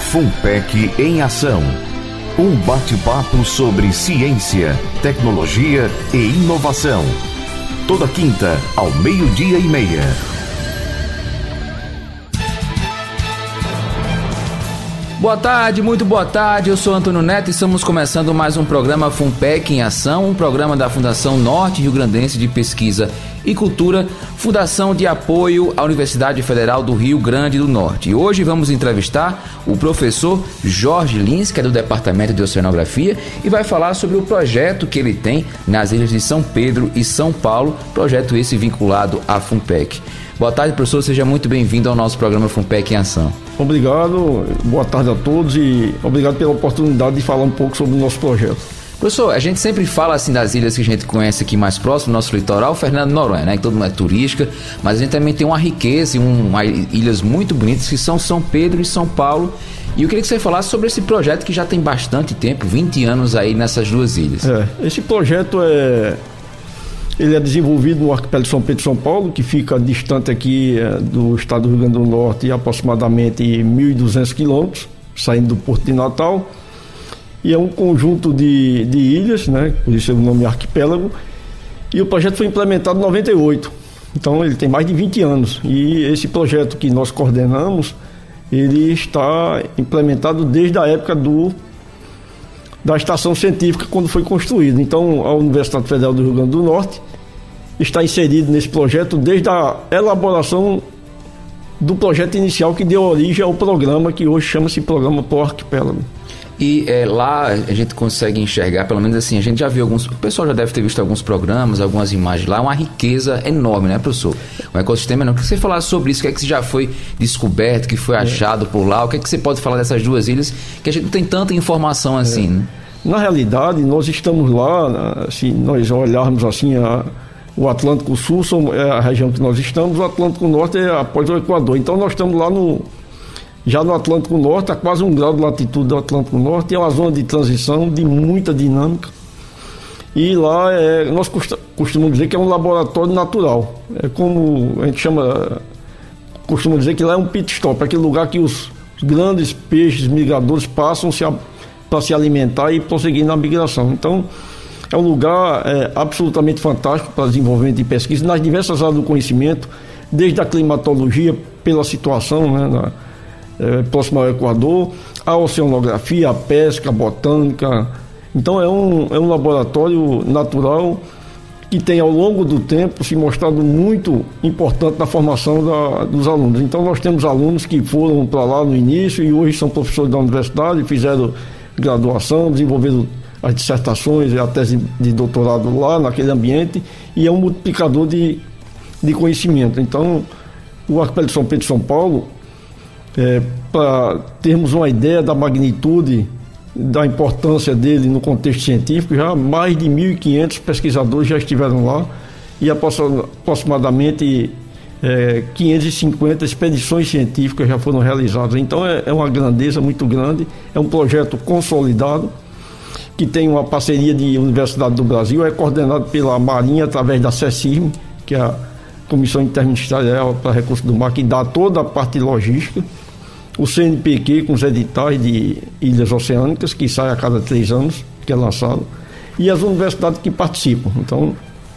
FUNPEC em Ação. Um bate-papo sobre ciência, tecnologia e inovação. Toda quinta, ao 12:30. Boa tarde, muito boa tarde. Eu sou Antônio Neto e estamos começando mais um programa FUNPEC em Ação, um programa da Fundação Norte Rio Grandense de Pesquisa e Cultura, Fundação de Apoio à Universidade Federal do Rio Grande do Norte. E hoje vamos entrevistar o professor Jorge Lins, que é do Departamento de Oceanografia, e vai falar sobre o projeto que ele tem nas ilhas de São Pedro e São Paulo, projeto esse vinculado à FUNPEC. Boa tarde, professor, seja muito bem-vindo ao nosso programa FUNPEC em Ação. Obrigado, boa tarde a todos e obrigado pela oportunidade de falar um pouco sobre o nosso projeto. Professor, a gente sempre fala assim das ilhas que a gente conhece aqui mais próximo, nosso litoral, Fernando de Noronha, né? Que todo mundo é turística, mas a gente também tem uma riqueza e ilhas muito bonitas que são São Pedro e São Paulo. E eu queria que você falasse sobre esse projeto que já tem bastante tempo, 20 anos aí nessas duas ilhas. Esse projeto ele é desenvolvido no arquipélago de São Pedro e São Paulo, que fica distante aqui do estado do Rio Grande do Norte, aproximadamente 1.200 quilômetros, saindo do Porto de Natal. E é um conjunto de ilhas, né? Por isso é o nome arquipélago. E o projeto foi implementado em 98. Então ele tem mais de 20 anos. E esse projeto que nós coordenamos, ele está implementado desde a época da estação científica, quando foi construído. Então a Universidade Federal do Rio Grande do Norte está inserido nesse projeto desde a elaboração do projeto inicial que deu origem ao programa, que hoje chama-se Programa Pro Arquipélago. E lá a gente consegue enxergar, pelo menos assim, a gente já viu o pessoal já deve ter visto alguns programas, algumas imagens lá, uma riqueza enorme, né, professor? Um ecossistema enorme. O que você falasse sobre isso? O que é que já foi descoberto, que foi achado por lá? O que é que você pode falar dessas duas ilhas, que a gente não tem tanta informação assim, né? Na realidade, nós estamos lá, se nós olharmos assim, o Atlântico Sul é a região que nós estamos, o Atlântico Norte é após o Equador. Então nós estamos lá já no Atlântico Norte, a quase 1 grau de latitude do Atlântico Norte, é uma zona de transição de muita dinâmica. E lá nós costumamos dizer que é um laboratório natural. É como a gente costuma dizer que lá é um pit stop, aquele lugar que os grandes peixes migradores passam para se alimentar e prosseguir na migração. Então, é um lugar absolutamente fantástico para desenvolvimento de pesquisa nas diversas áreas do conhecimento, desde a climatologia, pela situação, né, próximo ao Equador, a oceanografia, a pesca, a botânica. Então é um laboratório natural que tem ao longo do tempo se mostrado muito importante na formação dos alunos. Então nós temos alunos que foram para lá no início e hoje são professores da universidade, fizeram graduação, desenvolveram as dissertações e a tese de doutorado lá naquele ambiente, e é um multiplicador de conhecimento. Então o arquipélago de São Pedro e São Paulo, para termos uma ideia da magnitude, da importância dele no contexto científico, já mais de 1.500 pesquisadores já estiveram lá e aproximadamente 550 expedições científicas já foram realizadas. Então é uma grandeza muito grande, é um projeto consolidado, que tem uma parceria de Universidade do Brasil, é coordenado pela Marinha através da CECIRM, que é a Comissão Interministerial para Recursos do Mar, que dá toda a parte logística, o CNPq com os editais de ilhas oceânicas, que sai a cada 3 anos, que é lançado, e as universidades que participam. Então,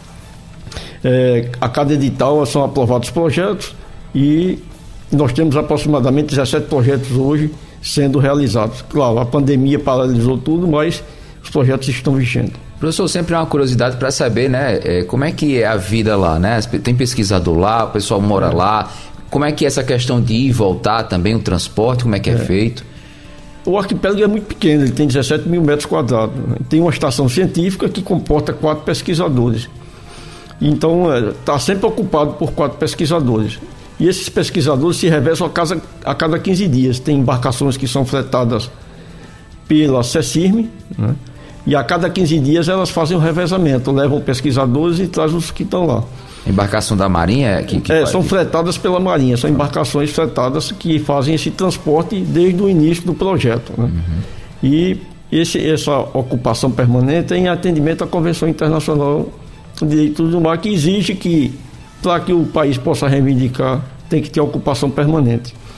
a cada edital são aprovados projetos e nós temos aproximadamente 17 projetos hoje sendo realizados. Claro, a pandemia paralisou tudo, mas os projetos estão vigentes. Professor, sempre é uma curiosidade para saber, né, como é que é a vida lá, né? Tem pesquisador lá, o pessoal mora lá, como é que é essa questão de ir e voltar também, o transporte, como é que é feito? O arquipélago é muito pequeno, ele tem 17 mil metros quadrados. Tem uma estação científica que comporta 4 pesquisadores. Então, está sempre ocupado por 4 pesquisadores. E esses pesquisadores se revezam a cada 15 dias. Tem embarcações que são fretadas pela CECIRM, né? E a cada 15 dias elas fazem o revezamento, levam pesquisadores e trazem os que estão lá. Embarcação da Marinha? São fretadas pela Marinha, são embarcações fretadas que fazem esse transporte desde o início do projeto, né? E essa ocupação permanente é em atendimento à Convenção Internacional de Direitos do Mar, que exige que, para que o país possa reivindicar, tem que ter ocupação permanente.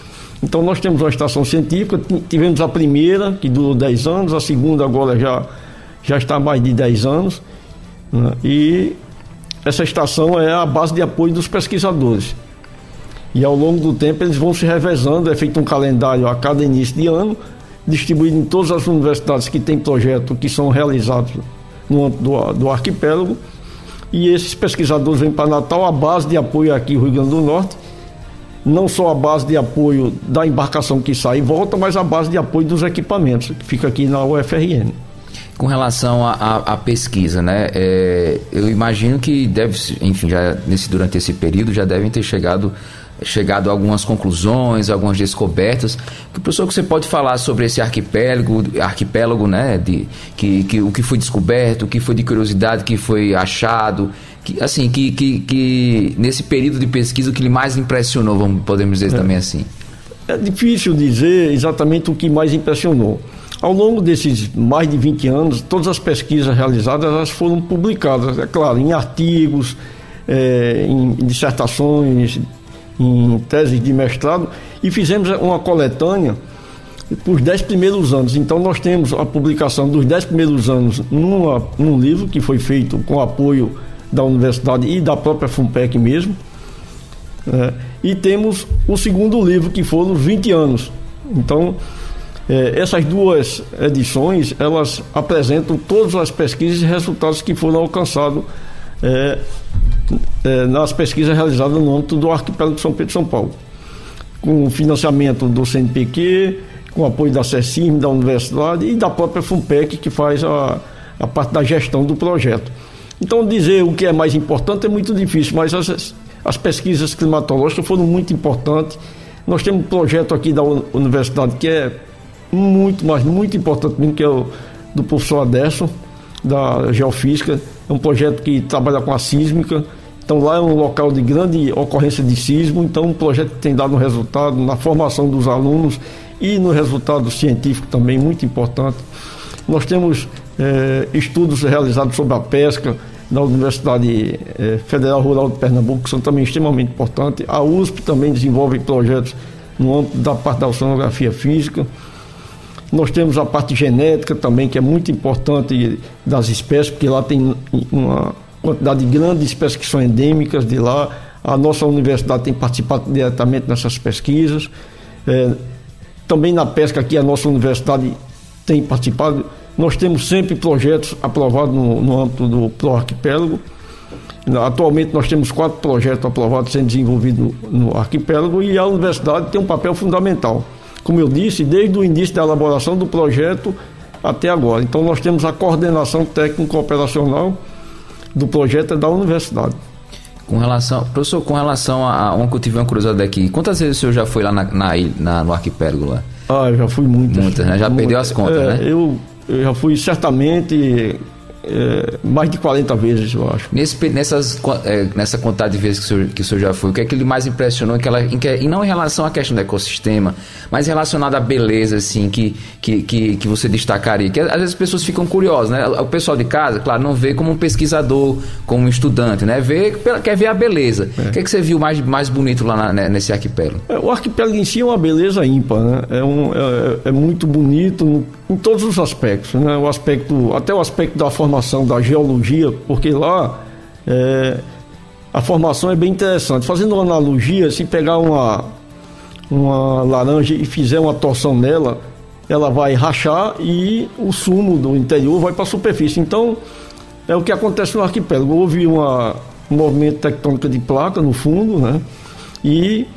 Então nós temos uma estação científica, tivemos a primeira, que durou 10 anos, a segunda agora já está há mais de 10 anos, né? E essa estação é a base de apoio dos pesquisadores. E ao longo do tempo eles vão se revezando, é feito um calendário a cada início de ano, distribuído em todas as universidades que têm projetos que são realizados no âmbito do arquipélago. E esses pesquisadores vêm para Natal, a base de apoio aqui no Rio Grande do Norte, não só a base de apoio da embarcação que sai e volta, mas a base de apoio dos equipamentos, que fica aqui na UFRN. Com relação à pesquisa, né? Eu imagino que enfim, durante esse período já devem ter chegado a algumas conclusões, algumas descobertas. Professor, que você pode falar sobre esse arquipélago, né? O que foi descoberto, o que foi de curiosidade, o que foi achado, que nesse período de pesquisa o que lhe mais impressionou, podemos dizer também assim. É difícil dizer exatamente o que mais impressionou. Ao longo desses mais de 20 anos, todas as pesquisas realizadas elas foram publicadas, é claro, em artigos, em dissertações, em teses de mestrado, e fizemos uma coletânea para os 10 primeiros anos. Então nós temos a publicação dos 10 primeiros anos num livro que foi feito com apoio da universidade e da própria FUNPEC mesmo, e temos o segundo livro, que foram os 20 anos. Então essas duas edições elas apresentam todas as pesquisas e resultados que foram alcançados nas pesquisas realizadas no âmbito do arquipélago de São Pedro e São Paulo, com o financiamento do CNPq, com o apoio da CECIM, da universidade e da própria FUNPEC, que faz a parte da gestão do projeto. Então dizer o que é mais importante é muito difícil, mas as pesquisas climatológicas foram muito importantes. Nós temos um projeto aqui da universidade que é muito importante mesmo, que é o do professor Aderson, da Geofísica. É um projeto que trabalha com a sísmica. Então lá é um local de grande ocorrência de sismo. Então um projeto que tem dado um resultado na formação dos alunos e no resultado científico também muito importante. Nós temos estudos realizados sobre a pesca na Universidade Federal Rural de Pernambuco, que são também extremamente importantes. A USP também desenvolve projetos no âmbito da parte da oceanografia física. Nós temos a parte genética também, que é muito importante das espécies, porque lá tem uma quantidade grande de espécies que são endêmicas de lá. A nossa universidade tem participado diretamente nessas pesquisas. Também na pesca aqui a nossa universidade tem participado. Nós temos sempre projetos aprovados no âmbito do Proarquipélago. Atualmente nós temos 4 projetos aprovados sendo desenvolvidos no arquipélago, e a universidade tem um papel fundamental, como eu disse, desde o início da elaboração do projeto até agora. Então nós temos a coordenação técnico-operacional do projeto da universidade. Professor, com relação a uma que eu tive uma curiosidade aqui, quantas vezes o senhor já foi lá no arquipélago lá? Eu já fui muitas. Muitas, né? Já perdeu as contas, né? Eu já fui certamente mais de 40 vezes, eu acho. Nessa quantidade de vezes que o senhor já foi, o que é que lhe mais impressionou? E não em relação à questão do ecossistema, mas relacionado à beleza, assim, que você destacaria? Que às vezes as pessoas ficam curiosas, né? O pessoal de casa, claro, não vê como um pesquisador, como um estudante, né? Quer ver a beleza. O que é que você viu mais bonito lá nesse arquipélago? O arquipélago em si é uma beleza ímpar, né? É muito bonito em todos os aspectos, né? Até o aspecto da formação da geologia, porque lá a formação é bem interessante. Fazendo uma analogia, se pegar uma laranja e fizer uma torção nela, ela vai rachar e o sumo do interior vai para a superfície. Então é o que acontece no arquipélago. Houve um movimento tectônico de placa no fundo, né? E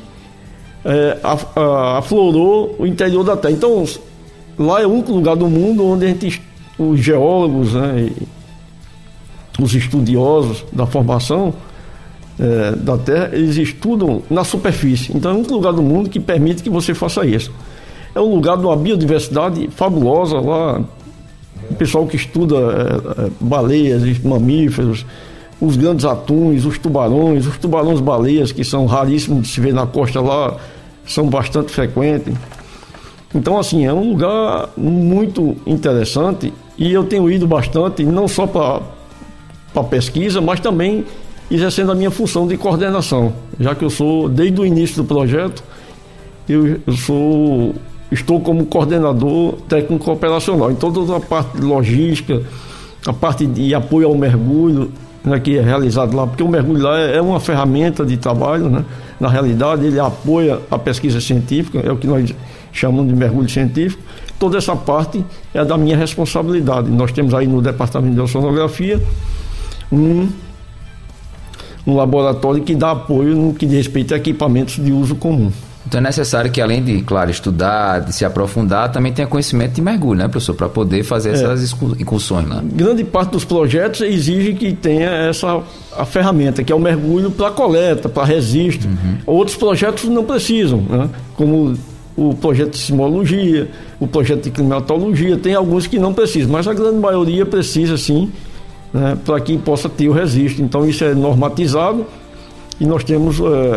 aflorou o interior da Terra. Então lá é o único lugar do mundo onde os geólogos, né, os estudiosos da formação da Terra, eles estudam na superfície. Então é o único lugar do mundo que permite que você faça isso. É um lugar de uma biodiversidade fabulosa lá. O pessoal que estuda baleias, mamíferos, os grandes atuns, os tubarões-baleias, que são raríssimos de se ver na costa lá, são bastante frequentes. Então, assim, é um lugar muito interessante, e eu tenho ido bastante, não só para pesquisa, mas também exercendo a minha função de coordenação, já que eu sou, desde o início do projeto, estou como coordenador técnico operacional. Então, toda a parte de logística, a parte de apoio ao mergulho, né, que é realizado lá, porque o mergulho lá é uma ferramenta de trabalho, né? Na realidade, ele apoia a pesquisa científica, é o que nós chamamos de mergulho científico. Toda essa parte é da minha responsabilidade. Nós temos aí no Departamento de Oceanografia um laboratório que dá apoio no que diz respeito a equipamentos de uso comum. Então é necessário que, além de, claro, estudar, de se aprofundar, também tenha conhecimento de mergulho, né, professor? Para poder fazer essas incursões lá. Grande parte dos projetos exige que tenha a ferramenta, que é o mergulho para coleta, para registro. Outros projetos não precisam, né? Como o projeto de sismologia, o projeto de climatologia, tem alguns que não precisam, mas a grande maioria precisa sim, né, para que possa ter o registro. Então isso é normatizado e nós temos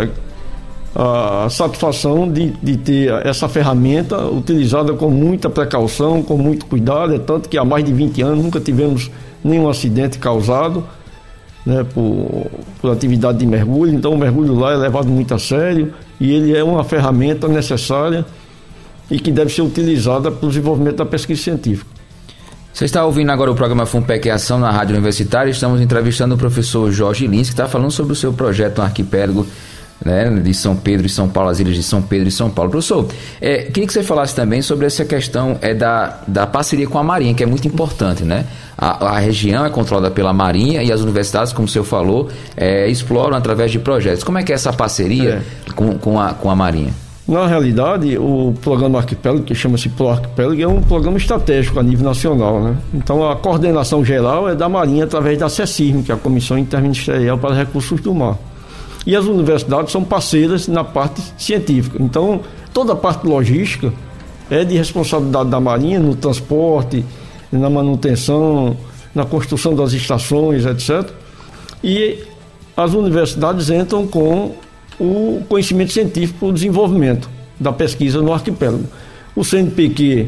a satisfação de ter essa ferramenta utilizada com muita precaução, com muito cuidado, tanto que há mais de 20 anos nunca tivemos nenhum acidente causado, né, por atividade de mergulho. Então o mergulho lá é levado muito a sério e ele é uma ferramenta necessária e que deve ser utilizada para o desenvolvimento da pesquisa científica. Você está ouvindo agora o programa FUNPEC em Ação na Rádio Universitária. Estamos entrevistando o professor Jorge Lins, que está falando sobre o seu projeto no arquipélago, né, de São Pedro e São Paulo, as ilhas de São Pedro e São Paulo. Professor, queria que você falasse também sobre essa questão da parceria com a Marinha, que é muito importante, né? A região é controlada pela Marinha e as universidades, como o senhor falou, exploram através de projetos. Como é que é essa parceria com a Marinha? Na realidade, o programa Arquipélago, que chama-se ProArquipélago, é um programa estratégico a nível nacional, né? Então, a coordenação geral é da Marinha através da CECIRM, que é a Comissão Interministerial para Recursos do Mar. E as universidades são parceiras na parte científica. Então, toda a parte logística é de responsabilidade da Marinha, no transporte, na manutenção, na construção das estações, etc. E as universidades entram com o conhecimento científico para o desenvolvimento da pesquisa no arquipélago. O CNPq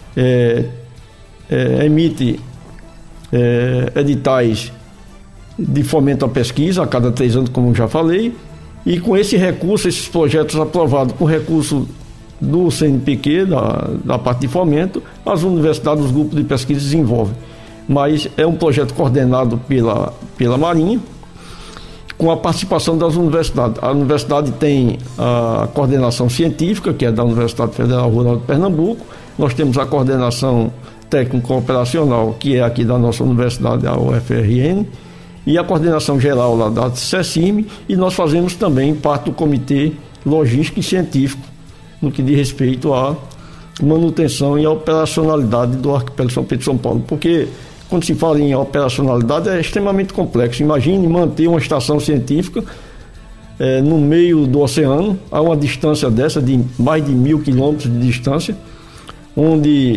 emite editais de fomento à pesquisa a cada 3 anos, como já falei, e com esse recurso, esses projetos aprovados com recurso do CNPq, da parte de fomento, as universidades, os grupos de pesquisa desenvolvem. Mas é um projeto coordenado pela Marinha, com a participação das universidades. A universidade tem a coordenação científica, que é da Universidade Federal Rural de Pernambuco. Nós temos a coordenação técnico-operacional, que é aqui da nossa universidade, a UFRN, e a coordenação geral lá da CECIRM, e nós fazemos também parte do Comitê Logístico e Científico, no que diz respeito à manutenção e à operacionalidade do arquipélago São Pedro e São Paulo, porque quando se fala em operacionalidade é extremamente complexo. Imagine manter uma estação científica no meio do oceano, a uma distância dessa de mais de 1.000 quilômetros de distância, onde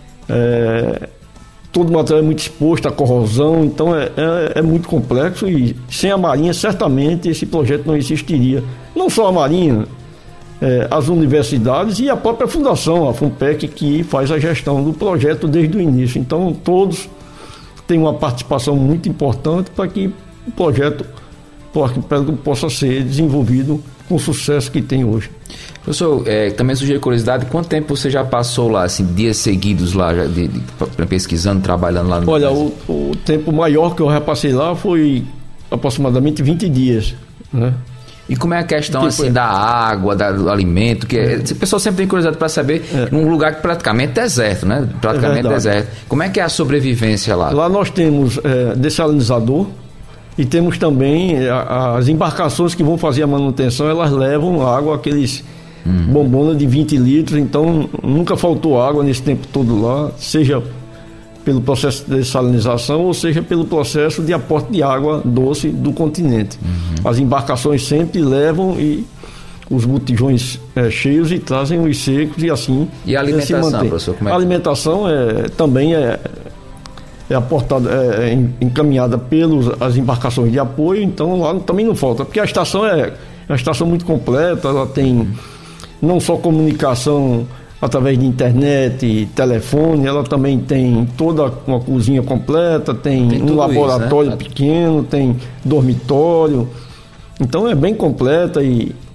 todo o material é muito exposto à corrosão. Então é muito complexo, e sem a Marinha certamente esse projeto não existiria. Não só a Marinha, as universidades e a própria fundação, a FUNPEC, que faz a gestão do projeto desde o início. Então todos têm uma participação muito importante para que o projeto do arquipélago possa ser desenvolvido com o sucesso que tem hoje. Professor, também surgiu curiosidade, quanto tempo você já passou lá, assim, dias seguidos lá, pesquisando, trabalhando lá no Olha, o tempo maior que eu já passei lá foi aproximadamente 20 dias, né? E como é a questão assim da água, do alimento, que a pessoa sempre tem curiosidade para saber, num lugar que praticamente é deserto, né? Praticamente deserto. Como é que é a sobrevivência lá? Lá nós temos dessalinizador e temos também as embarcações que vão fazer a manutenção, elas levam água, aqueles bombonas de 20 litros, então nunca faltou água nesse tempo todo lá, seja pelo processo de dessalinização ou seja pelo processo de aporte de água doce do continente. As embarcações sempre levam os botijões cheios e trazem os secos, e assim e a alimentação, se mantém. Professor, como é? A alimentação também é aportada, encaminhada pelas embarcações de apoio, então lá também não falta, porque a estação é uma estação muito completa, ela tem não só comunicação através de internet, telefone, ela também tem toda uma cozinha completa, tem um laboratório, né, pequeno, tem dormitório, então é bem completa, e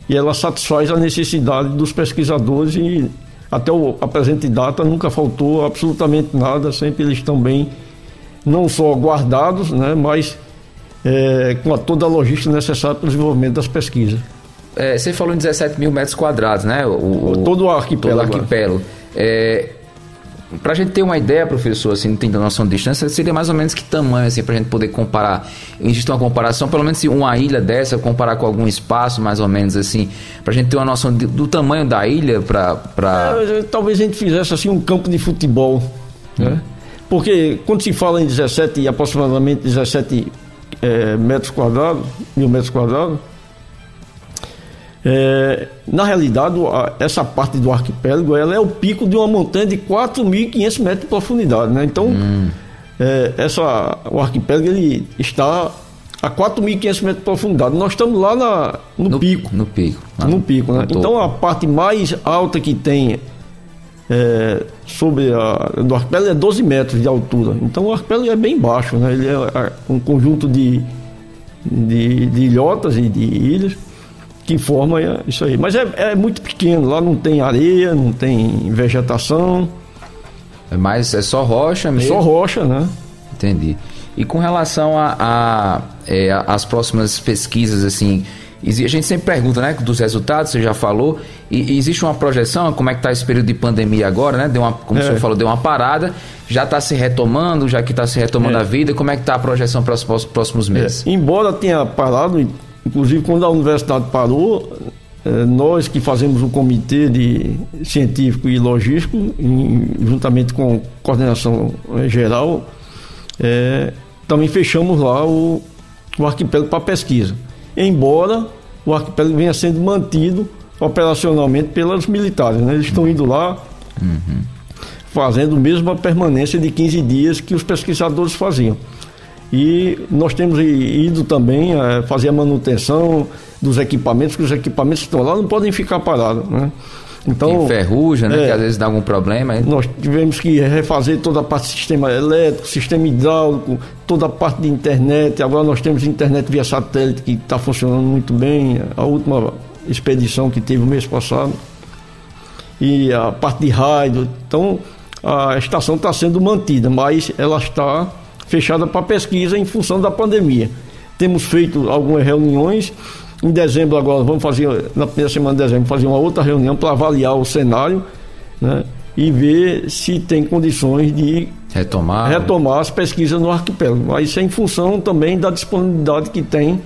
e ela satisfaz a necessidade dos pesquisadores e até a presente data nunca faltou absolutamente nada, sempre eles estão bem, não só guardados, né, mas com toda a logística necessária para o desenvolvimento das pesquisas. Você falou em 17 mil metros quadrados, né? Todo o arquipélago. Todo o arquipélago. Para a gente ter uma ideia, professor, assim, não tem noção de distância, seria mais ou menos que tamanho, assim, para a gente poder comparar? Existe uma comparação, pelo menos se uma ilha dessa, comparar com algum espaço, mais ou menos assim, para a gente ter uma noção do tamanho da ilha talvez a gente fizesse assim um campo de futebol, né? Porque quando se fala em aproximadamente 17 mil metros quadrados, na realidade, essa parte do arquipélago ela é o pico de uma montanha de 4.500 metros de profundidade, né? Então, o arquipélago ele está a 4.500 metros de profundidade. Nós estamos lá no pico. No pico. No pico, né? Então, a parte mais alta que tem do arquipélago é 12 metros de altura. Então, o arquipélago é bem baixo, né? Ele é um conjunto de ilhotas e de ilhas que forma isso aí. Mas é muito pequeno, lá não tem areia, não tem vegetação. Mas é só rocha mesmo? Só rocha, né? Entendi. E com relação às próximas pesquisas, assim, a gente sempre pergunta, né, dos resultados, você já falou, e existe uma projeção, como é que está esse período de pandemia agora, né? Como o senhor falou, deu uma parada, já está se retomando, já que está se retomando a vida, como é que está a projeção para os próximos meses? Embora tenha parado, inclusive quando a universidade parou, nós que fazemos o comitê científico e logístico, juntamente com a coordenação geral, também fechamos lá o arquipélago para pesquisa. Embora o arquipélago venha sendo mantido operacionalmente pelos militares, né? Eles estão indo lá fazendo mesmo a permanência de 15 dias que os pesquisadores faziam. E nós temos ido também fazer a manutenção dos equipamentos, que os equipamentos que estão lá não podem ficar parados, né? Então, tem ferrugem, né? Que às vezes dá algum problema. Nós tivemos que refazer toda a parte do sistema elétrico, sistema hidráulico, toda a parte de internet. Agora nós temos internet via satélite que está funcionando muito bem. A última expedição que teve o mês passado. E a parte de rádio. Então, a estação está sendo mantida, mas ela está fechada para pesquisa em função da pandemia. Temos feito algumas reuniões. Em dezembro agora, vamos fazer, na primeira semana de dezembro, fazer uma outra reunião para avaliar o cenário, né, e ver se tem condições de retomar as pesquisas no arquipélago. Mas isso é em função também da disponibilidade que tem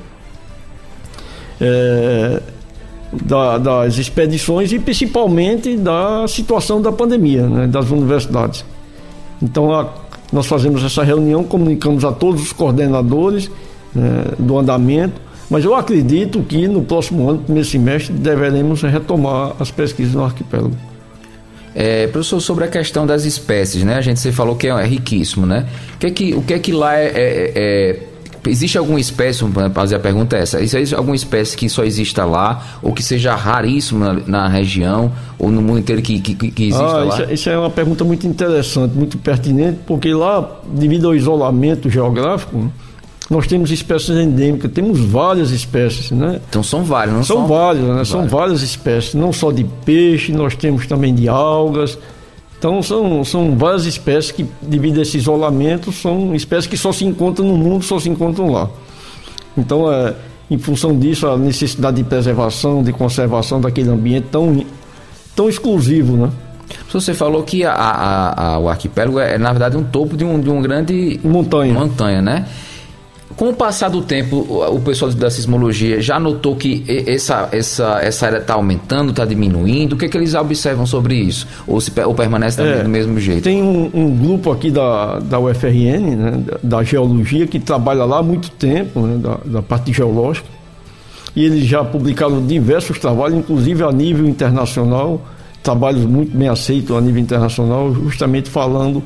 das expedições e principalmente da situação da pandemia, né, das universidades. Então, nós fazemos essa reunião, comunicamos a todos os coordenadores do andamento, mas eu acredito que no próximo ano, primeiro semestre, deveremos retomar as pesquisas no arquipélago. Professor, sobre a questão das espécies, né? Você falou que é riquíssimo, né? O que é que lá existe alguma espécie, para fazer a pergunta é essa, existe alguma espécie que só exista lá, ou que seja raríssimo na região, ou no mundo inteiro que exista lá? Isso é uma pergunta muito interessante, muito pertinente, porque lá, devido ao isolamento geográfico, nós temos espécies endêmicas, temos várias espécies, né? Então são várias, não são várias, né? São várias espécies, não só de peixe, nós temos também de algas. Então são várias espécies que, devido a esse isolamento, são espécies que só se encontram no mundo, só se encontram lá. Então, em função disso, a necessidade de preservação, de conservação daquele ambiente tão exclusivo, né? Você falou que o arquipélago é, na verdade, um topo de um grande montanha, né? Com o passar do tempo, o pessoal da sismologia já notou que essa área está aumentando, está diminuindo? O que eles observam sobre isso? Ou permanece também do mesmo jeito? Tem um grupo aqui da UFRN, né, da geologia, que trabalha lá há muito tempo, né, da parte geológica, e eles já publicaram diversos trabalhos, inclusive a nível internacional, trabalhos muito bem aceitos a nível internacional, justamente falando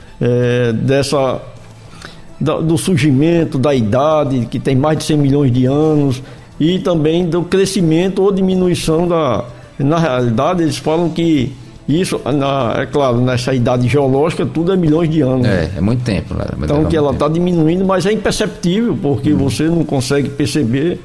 do surgimento, da idade, que tem mais de 100 milhões de anos, e também do crescimento ou diminuição na realidade, eles falam que isso, é claro, nessa idade geológica, tudo é milhões de anos. É muito tempo. Então, que ela está diminuindo, mas é imperceptível, porque você não consegue perceber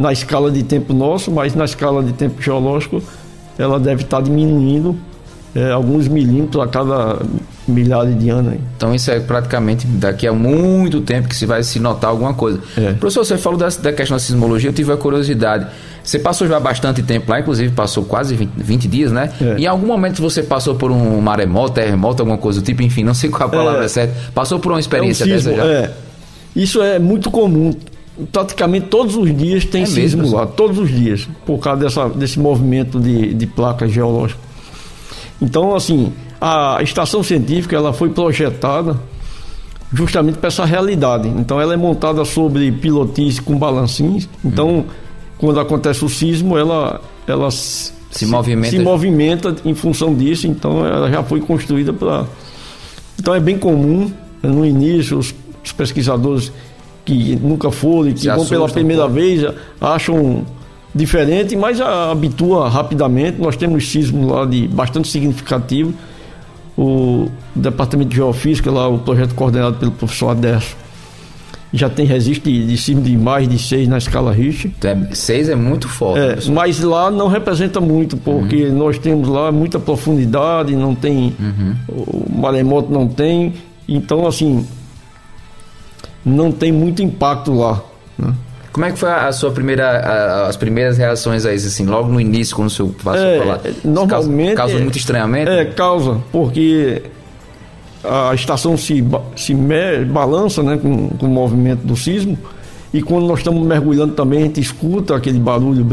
na escala de tempo nosso, mas na escala de tempo geológico ela deve estar diminuindo alguns milímetros a cada milhares de anos. Aí. Então isso é praticamente daqui a muito tempo que se vai se notar alguma coisa. Professor, você falou da questão da sismologia, eu tive a curiosidade. Você passou já bastante tempo lá, inclusive passou quase 20 dias, né? Em algum momento você passou por um maremoto, terremoto, alguma coisa do tipo, enfim, não sei qual a palavra certa. Passou por uma experiência sismo, dessa já? Isso é muito comum. Praticamente todos os dias tem sismo mesmo, lá, todos os dias, por causa desse movimento de placas geológicas. Então, assim, a estação científica ela foi projetada justamente para essa realidade. Então, ela é montada sobre pilotis com balancinhos. Então, quando acontece o sismo, ela se movimenta em função disso. Então, ela já foi construída para... Então, é bem comum, no início, os pesquisadores que nunca foram e que vão pela primeira vez acham diferente, mas habitua rapidamente. Nós temos sismos lá bastante significativo. O Departamento de Geofísica, lá, o projeto coordenado pelo professor Aderso, já tem registro de sismo de mais de 6 na escala Richter. 6 é muito forte. Mas lá não representa muito, porque nós temos lá muita profundidade, não tem... O maremoto não tem. Então, assim, não tem muito impacto lá, né? Como é que foi as primeiras reações a isso, assim, logo no início, quando o senhor passou por lá? Normalmente... Causa muito estranhamento? Causa, porque a estação se balança, né, com o movimento do sismo, e quando nós estamos mergulhando também, a gente escuta aquele barulho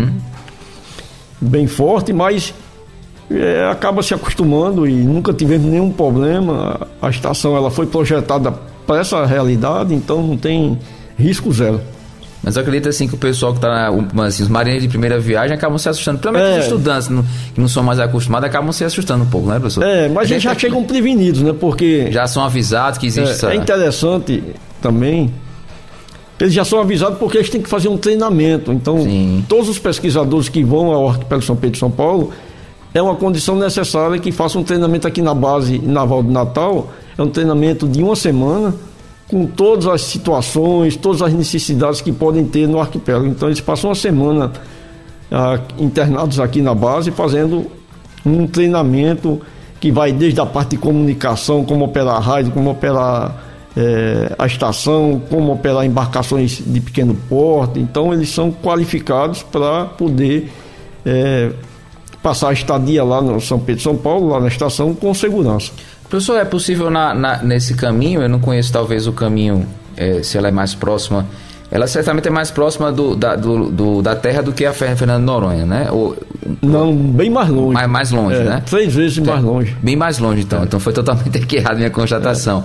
bem forte, mas acaba se acostumando e nunca tivemos nenhum problema. A estação ela foi projetada para essa realidade, então não tem risco zero. Mas eu acredito assim que o pessoal que está, assim, os marinheiros de primeira viagem acabam se assustando. Principalmente os estudantes que não são mais acostumados acabam se assustando um pouco, né, professor? Mas eles já chegam prevenidos, né? Porque já são avisados que existe essa... É interessante também, eles já são avisados porque eles têm que fazer um treinamento. Então, todos os pesquisadores que vão ao Arquipélago São Pedro e São Paulo, é uma condição necessária que façam um treinamento aqui na base naval de Natal. É um treinamento de uma semana, com todas as situações, todas as necessidades que podem ter no arquipélago. Então eles passam uma semana internados aqui na base, fazendo um treinamento que vai desde a parte de comunicação, como operar a rádio, como operar a estação, como operar embarcações de pequeno porte. Então eles são qualificados para poder passar a estadia lá no São Pedro e São Paulo, lá na estação, com segurança. Professor, é possível nesse caminho, eu não conheço talvez o caminho, se ela é mais próxima, ela certamente é mais próxima da terra do que a Fernando de Noronha, né? Não, bem mais longe. Mais longe, né? 3 vezes mais longe. Bem mais longe, então. Então foi totalmente errada a minha constatação.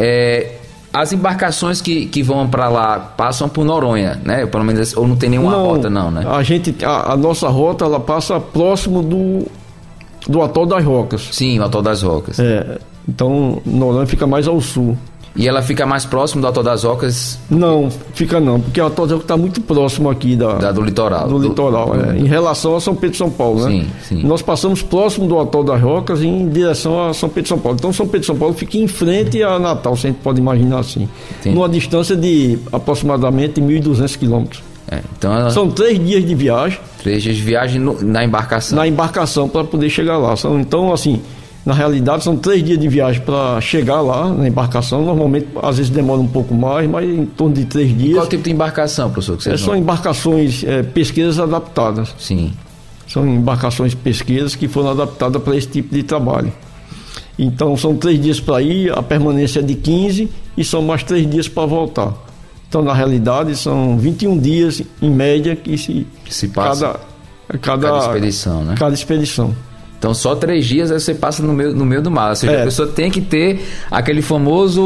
As embarcações que vão para lá passam por Noronha, né? Pelo menos, ou não tem nenhuma rota, não, né? A nossa rota, ela passa próximo do Atol das Rocas. Sim, o Atol das Rocas. Então, Noronha fica mais ao sul. E ela fica mais próximo do Atol das Rocas? Não, fica não, porque o Atol das Rocas está muito próximo aqui do litoral. Do litoral, em relação a São Pedro e São Paulo, né? Sim. Nós passamos próximo do Atol das Rocas em direção a São Pedro e São Paulo. Então, São Pedro e São Paulo fica em frente a Natal, se a gente pode imaginar assim. Entendi. Numa distância de aproximadamente 1.200 quilômetros. Então são 3 dias de viagem. 3 dias de viagem na embarcação. Na embarcação, para poder chegar lá. Então, assim, na realidade, são 3 dias de viagem para chegar lá na embarcação. Normalmente, às vezes demora um pouco mais, mas em torno de 3 dias. E qual tipo de embarcação, professor? Que são embarcações pesqueiras adaptadas. Sim. São embarcações pesqueiras que foram adaptadas para esse tipo de trabalho. Então, são 3 dias para ir, a permanência é de 15 e são mais 3 dias para voltar. Então, na realidade, são 21 dias, em média, que se passa cada expedição, né? Cada expedição. Então, só 3 dias você passa no meio do mar. Ou seja, a pessoa tem que ter aquele famoso...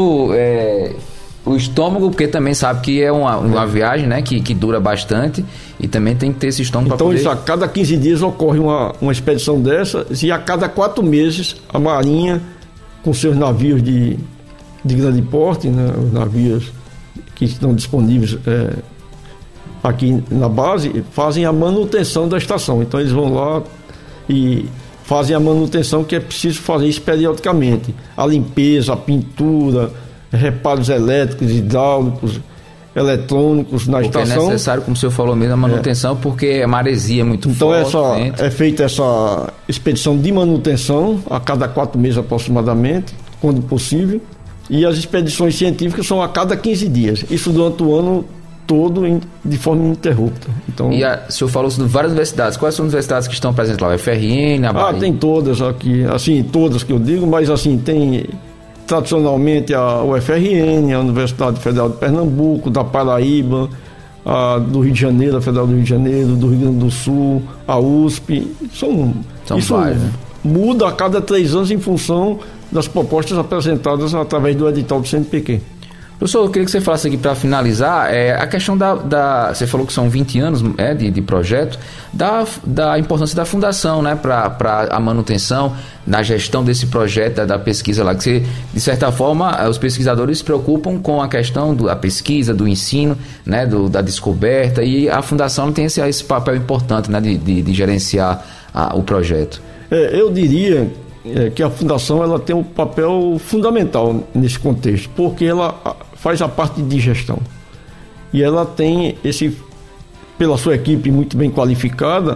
o estômago, porque também sabe que é uma viagem, né, que dura bastante, e também tem que ter esse estômago para poder... Então, a cada 15 dias ocorre uma expedição dessa, e a cada 4 meses, a Marinha, com seus navios de grande porte, né, os navios que estão disponíveis aqui na base, fazem a manutenção da estação. Então eles vão lá e fazem a manutenção, que é preciso fazer isso periodicamente. A limpeza, a pintura, reparos elétricos, hidráulicos, eletrônicos na estação. É necessário, como o senhor falou mesmo, a manutenção, porque é maresia muito forte. Então é feita essa expedição de manutenção a cada 4 meses aproximadamente, quando possível, e as expedições científicas são a cada 15 dias, isso durante o ano todo de forma ininterrupta. Então, e o senhor falou de várias universidades. Quais são as universidades que estão presentes lá? O FRN, a Bahia? Tem todas aqui, assim, todas que eu digo, mas assim, tem tradicionalmente a UFRN, a Universidade Federal de Pernambuco, da Paraíba, a do Rio de Janeiro, a Federal do Rio de Janeiro, do Rio Grande do Sul, a USP. São isso várias, né? Muda a cada 3 anos em função das propostas apresentadas através do edital do CNPq. Professor, eu queria que você falasse aqui para finalizar a questão você falou que são 20 anos de projeto, da importância da fundação, né, para a manutenção, na gestão desse projeto, da pesquisa lá, que você, de certa forma, os pesquisadores se preocupam com a questão da pesquisa, do ensino, né, da descoberta, e a fundação tem esse papel importante, né, de gerenciar o projeto. Eu diria que a fundação ela tem um papel fundamental nesse contexto, porque ela faz a parte de gestão e ela tem pela sua equipe muito bem qualificada,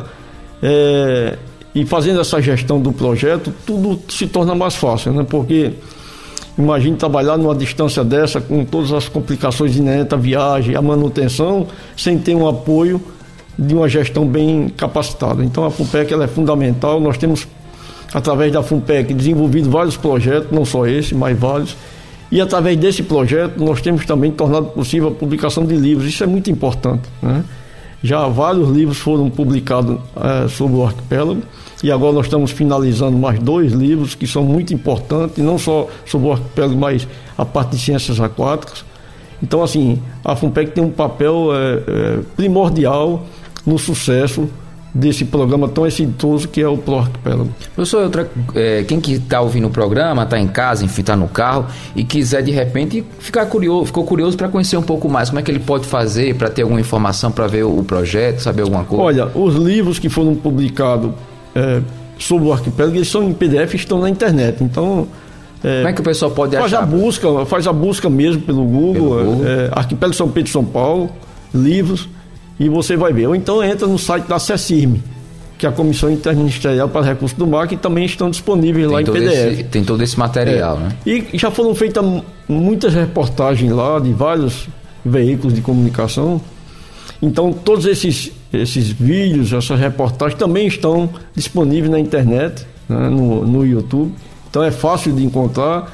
e fazendo essa gestão do projeto, tudo se torna mais fácil, né? Porque imagine trabalhar numa distância dessa com todas as complicações inerentes à viagem, à manutenção, sem ter um apoio de uma gestão bem capacitada. Então a FUNPEC ela é fundamental. Nós temos, através da FUNPEC, desenvolvido vários projetos, não só esse, mas vários. E através desse projeto nós temos também tornado possível a publicação de livros. Isso é muito importante, né? Já vários livros foram publicados sobre o arquipélago, e agora nós estamos finalizando mais 2 livros que são muito importantes, não só sobre o arquipélago, mas a parte de ciências aquáticas. Então, assim, a FUNPEC tem um papel primordial no sucesso desse programa tão exitoso que é o Pro Arquipélago. Professor, quem que está ouvindo o programa, está em casa, enfim, está no carro e quiser de repente ficou curioso para conhecer um pouco mais, como é que ele pode fazer para ter alguma informação, para ver o projeto, saber alguma coisa? Olha, os livros que foram publicados sobre o arquipélago, eles são em PDF e estão na internet, então... como é que o pessoal pode achar? Faz a busca mesmo pelo Google. Arquipélago São Pedro de São Paulo, livros, e você vai ver. Ou então entra no site da CECIRM, que é a Comissão Interministerial para Recursos do Mar, que também estão disponíveis lá em PDF. Tem todo esse material, né? E já foram feitas muitas reportagens lá de vários veículos de comunicação. Então todos esses vídeos, essas reportagens também estão disponíveis na internet, né, no YouTube. Então é fácil de encontrar.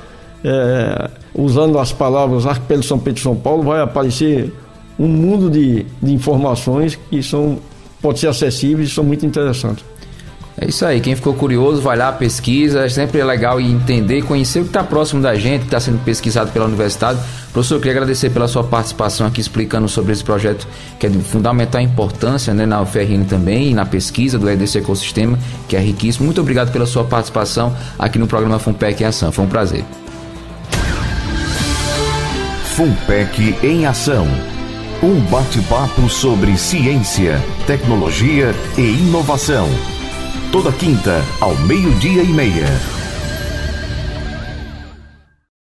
Usando as palavras Arquipélago São Pedro de São Paulo, vai aparecer um mundo de informações que podem ser acessíveis e são muito interessantes. É isso aí, quem ficou curioso vai lá, pesquisa, sempre é legal entender, conhecer o que está próximo da gente, que está sendo pesquisado pela universidade. Professor, eu queria agradecer pela sua participação aqui explicando sobre esse projeto que é de fundamental importância, né, na UFRN também e na pesquisa desse ecossistema, que é riquíssimo. Muito obrigado pela sua participação aqui no programa FUNPEC em Ação, foi um prazer. FUNPEC em Ação. Um bate-papo sobre ciência, tecnologia e inovação. Toda quinta, ao 12:30.